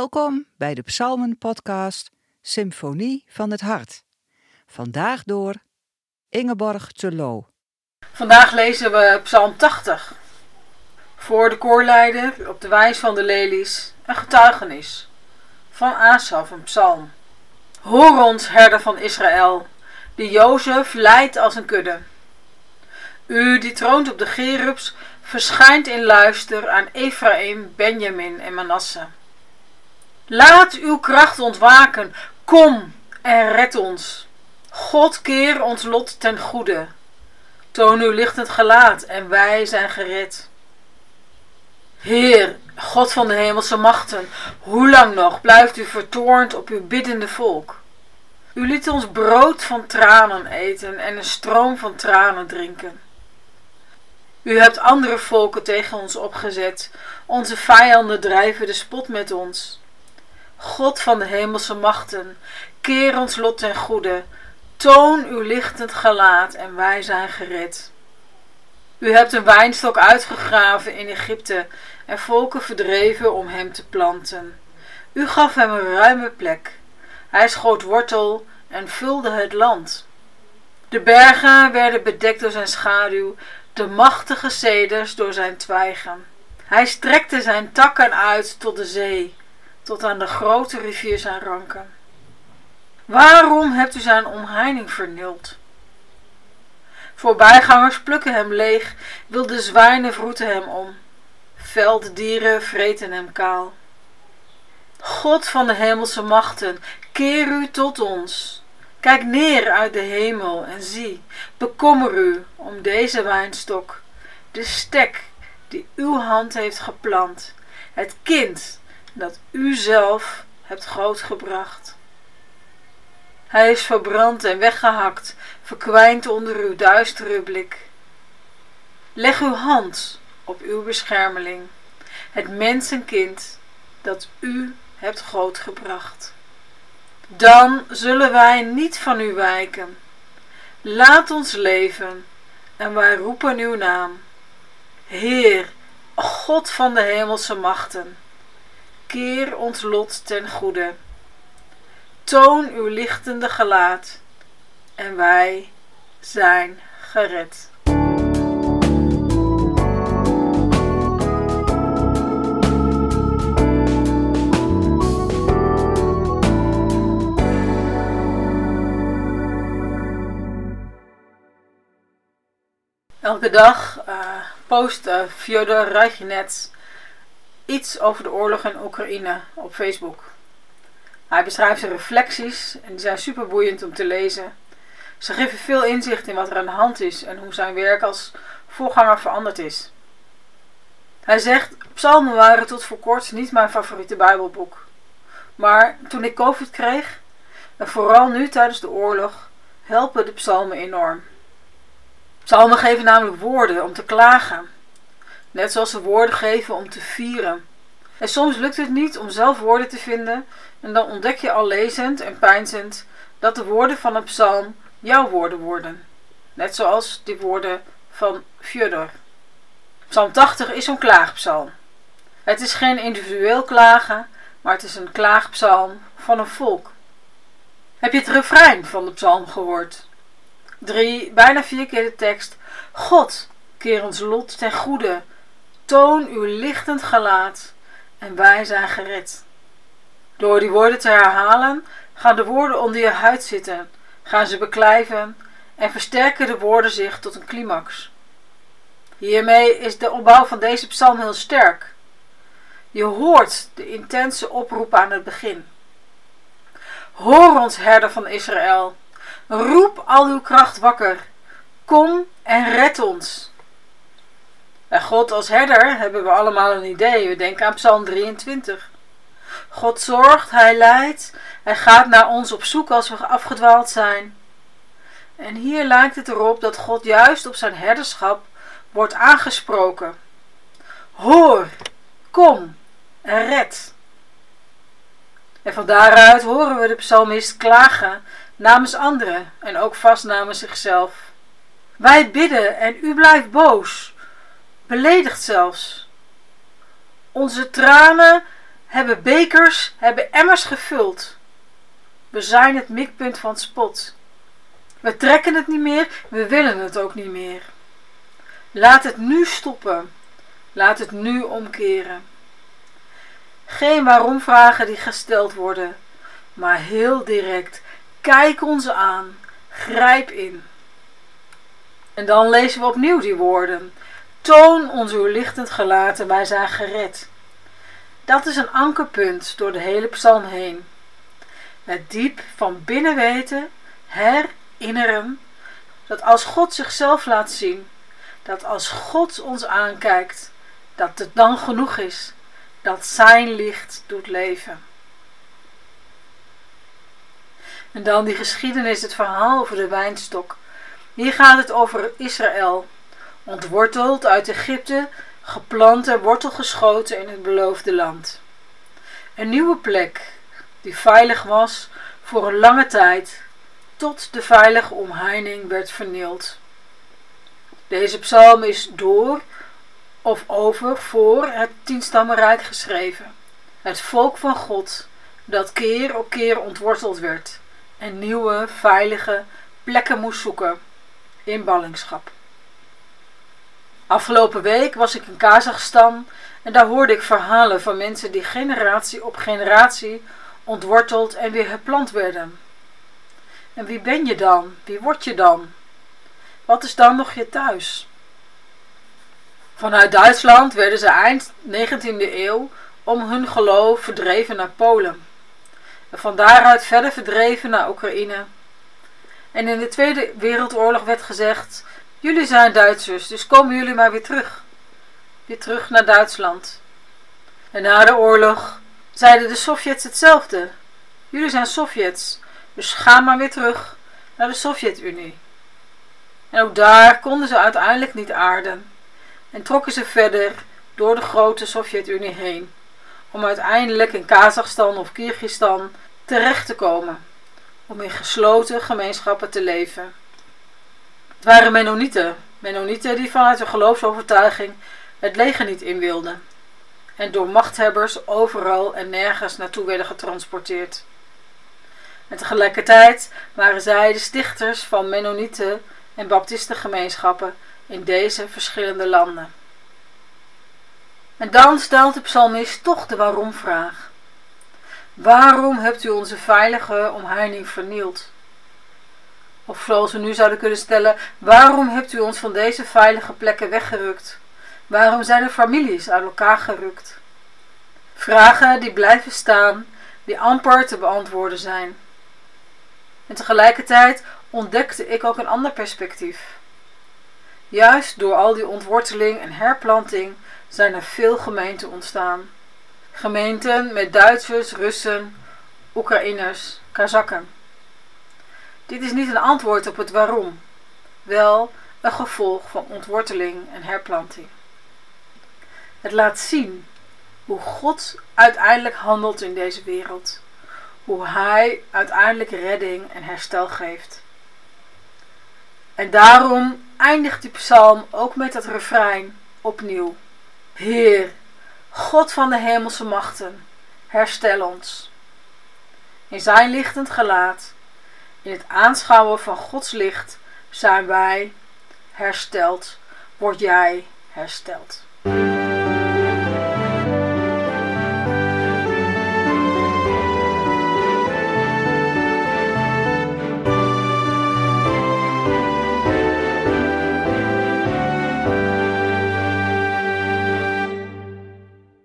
Welkom bij de Psalmen-podcast Symfonie van het Hart. Vandaag door Ingeborg Terlouw. Vandaag lezen we Psalm 80. Voor de koorleider op de wijs van de lelies een getuigenis van Asaf, een psalm. Hoor ons, herder van Israël, die Jozef leidt als een kudde. U die troont op de Gerubs, verschijnt in luister aan Efraïm, Benjamin en Manasse. Laat uw kracht ontwaken, kom en red ons. God, keer ons lot ten goede. Toon uw lichtend gelaat en wij zijn gered. Heer, God van de hemelse machten, hoe lang nog blijft u vertoornd op uw biddende volk? U liet ons brood van tranen eten en een stroom van tranen drinken. U hebt andere volken tegen ons opgezet, onze vijanden drijven de spot met ons. God van de hemelse machten, keer ons lot ten goede, toon uw lichtend gelaat en wij zijn gered. U hebt een wijnstok uitgegraven in Egypte en volken verdreven om hem te planten. U gaf hem een ruime plek. Hij schoot wortel en vulde het land. De bergen werden bedekt door zijn schaduw, de machtige ceders door zijn twijgen. Hij strekte zijn takken uit tot de zee, tot aan de grote rivier zijn ranken. Waarom hebt u zijn omheining vernield? Voorbijgangers plukken hem leeg, wilde zwijnen vroeten hem om. Velddieren vreten hem kaal. God van de hemelse machten, keer u tot ons. Kijk neer uit de hemel en zie, bekommer u om deze wijnstok, de stek die uw hand heeft geplant, het kind dat u zelf hebt grootgebracht. Hij is verbrand en weggehakt, verkwijnd onder uw duistere blik. Leg uw hand op uw beschermeling, het mensenkind dat u hebt grootgebracht. Dan zullen wij niet van u wijken. Laat ons leven en wij roepen uw naam. Heer, God van de hemelse machten, keer ons lot ten goede. Toon uw lichtende gelaat en wij zijn gered. Elke dag post Fyodor Rajinets iets over de oorlog in Oekraïne op Facebook. Hij beschrijft zijn reflecties en die zijn super boeiend om te lezen. Ze geven veel inzicht in wat er aan de hand is en hoe zijn werk als voorganger veranderd is. Hij zegt, psalmen waren tot voor kort niet mijn favoriete bijbelboek. Maar toen ik COVID kreeg, en vooral nu tijdens de oorlog, helpen de psalmen enorm. Psalmen geven namelijk woorden om te klagen. Net zoals ze woorden geven om te vieren. En soms lukt het niet om zelf woorden te vinden en dan ontdek je al lezend en peinzend dat de woorden van een psalm jouw woorden worden. Net zoals die woorden van Fyodor. Psalm 80 is zo'n klaagpsalm. Het is geen individueel klagen, maar het is een klaagpsalm van een volk. Heb je het refrein van de psalm gehoord? 3, bijna 4 keer de tekst. God, keer ons lot ten goede. Toon uw lichtend gelaat en wij zijn gered. Door die woorden te herhalen, gaan de woorden onder je huid zitten, gaan ze beklijven en versterken de woorden zich tot een climax. Hiermee is de opbouw van deze psalm heel sterk. Je hoort de intense oproep aan het begin. Hoor ons, herder van Israël, roep al uw kracht wakker, kom en red ons. Bij God als herder hebben we allemaal een idee, we denken aan Psalm 23. God zorgt, hij leidt, hij gaat naar ons op zoek als we afgedwaald zijn. En hier lijkt het erop dat God juist op zijn herderschap wordt aangesproken. Hoor, kom en red. En van daaruit horen we de psalmist klagen namens anderen en ook vast namens zichzelf. Wij bidden en u blijft boos, beledigd zelfs. Onze tranen hebben bekers, hebben emmers gevuld. We zijn het mikpunt van spot. We trekken het niet meer, we willen het ook niet meer. Laat het nu stoppen. Laat het nu omkeren. Geen waarom-vragen die gesteld worden, maar heel direct. Kijk ons aan. Grijp in. En dan lezen we opnieuw die woorden. Toon ons uw lichtend gelaat en wij zijn gered. Dat is een ankerpunt door de hele psalm heen. Het diep van binnen weten, herinneren, dat als God zichzelf laat zien, dat als God ons aankijkt, dat het dan genoeg is, dat zijn licht doet leven. En dan die geschiedenis, het verhaal over de wijnstok. Hier gaat het over Israël, ontworteld uit Egypte, geplant en wortel geschoten in het beloofde land. Een nieuwe plek die veilig was voor een lange tijd, tot de veilige omheining werd vernield. Deze psalm is door of over voor het tienstammenrijk geschreven. Het volk van God dat keer op keer ontworteld werd en nieuwe veilige plekken moest zoeken in ballingschap. Afgelopen week was ik in Kazachstan en daar hoorde ik verhalen van mensen die generatie op generatie ontworteld en weer herplant werden. En wie ben je dan? Wie word je dan? Wat is dan nog je thuis? Vanuit Duitsland werden ze eind 19e eeuw om hun geloof verdreven naar Polen. En van daaruit verder verdreven naar Oekraïne. En in de Tweede Wereldoorlog werd gezegd: jullie zijn Duitsers, dus komen jullie maar weer terug. Weer terug naar Duitsland. En na de oorlog zeiden de Sovjets hetzelfde. Jullie zijn Sovjets, dus ga maar weer terug naar de Sovjet-Unie. En ook daar konden ze uiteindelijk niet aarden. En trokken ze verder door de grote Sovjet-Unie heen. Om uiteindelijk in Kazachstan of Kyrgyzstan terecht te komen. Om in gesloten gemeenschappen te leven. Het waren Mennonieten. Mennonieten die vanuit hun geloofsovertuiging het leger niet in wilden. En door machthebbers overal en nergens naartoe werden getransporteerd. En tegelijkertijd waren zij de stichters van Mennonieten en Baptistengemeenschappen in deze verschillende landen. En dan stelt de psalmist toch de waarom-vraag. Waarom hebt u onze veilige omheining vernield? Of zoals we nu zouden kunnen stellen, waarom hebt u ons van deze veilige plekken weggerukt? Waarom zijn er families uit elkaar gerukt? Vragen die blijven staan, die amper te beantwoorden zijn. En tegelijkertijd ontdekte ik ook een ander perspectief. Juist door al die ontworteling en herplanting zijn er veel gemeenten ontstaan. Gemeenten met Duitsers, Russen, Oekraïners, Kazakken. Dit is niet een antwoord op het waarom, wel een gevolg van ontworteling en herplanting. Het laat zien hoe God uiteindelijk handelt in deze wereld. Hoe Hij uiteindelijk redding en herstel geeft. En daarom eindigt die psalm ook met het refrein opnieuw. Heer, God van de hemelse machten, herstel ons. In zijn lichtend gelaat, in het aanschouwen van Gods licht, zijn wij hersteld, word jij hersteld.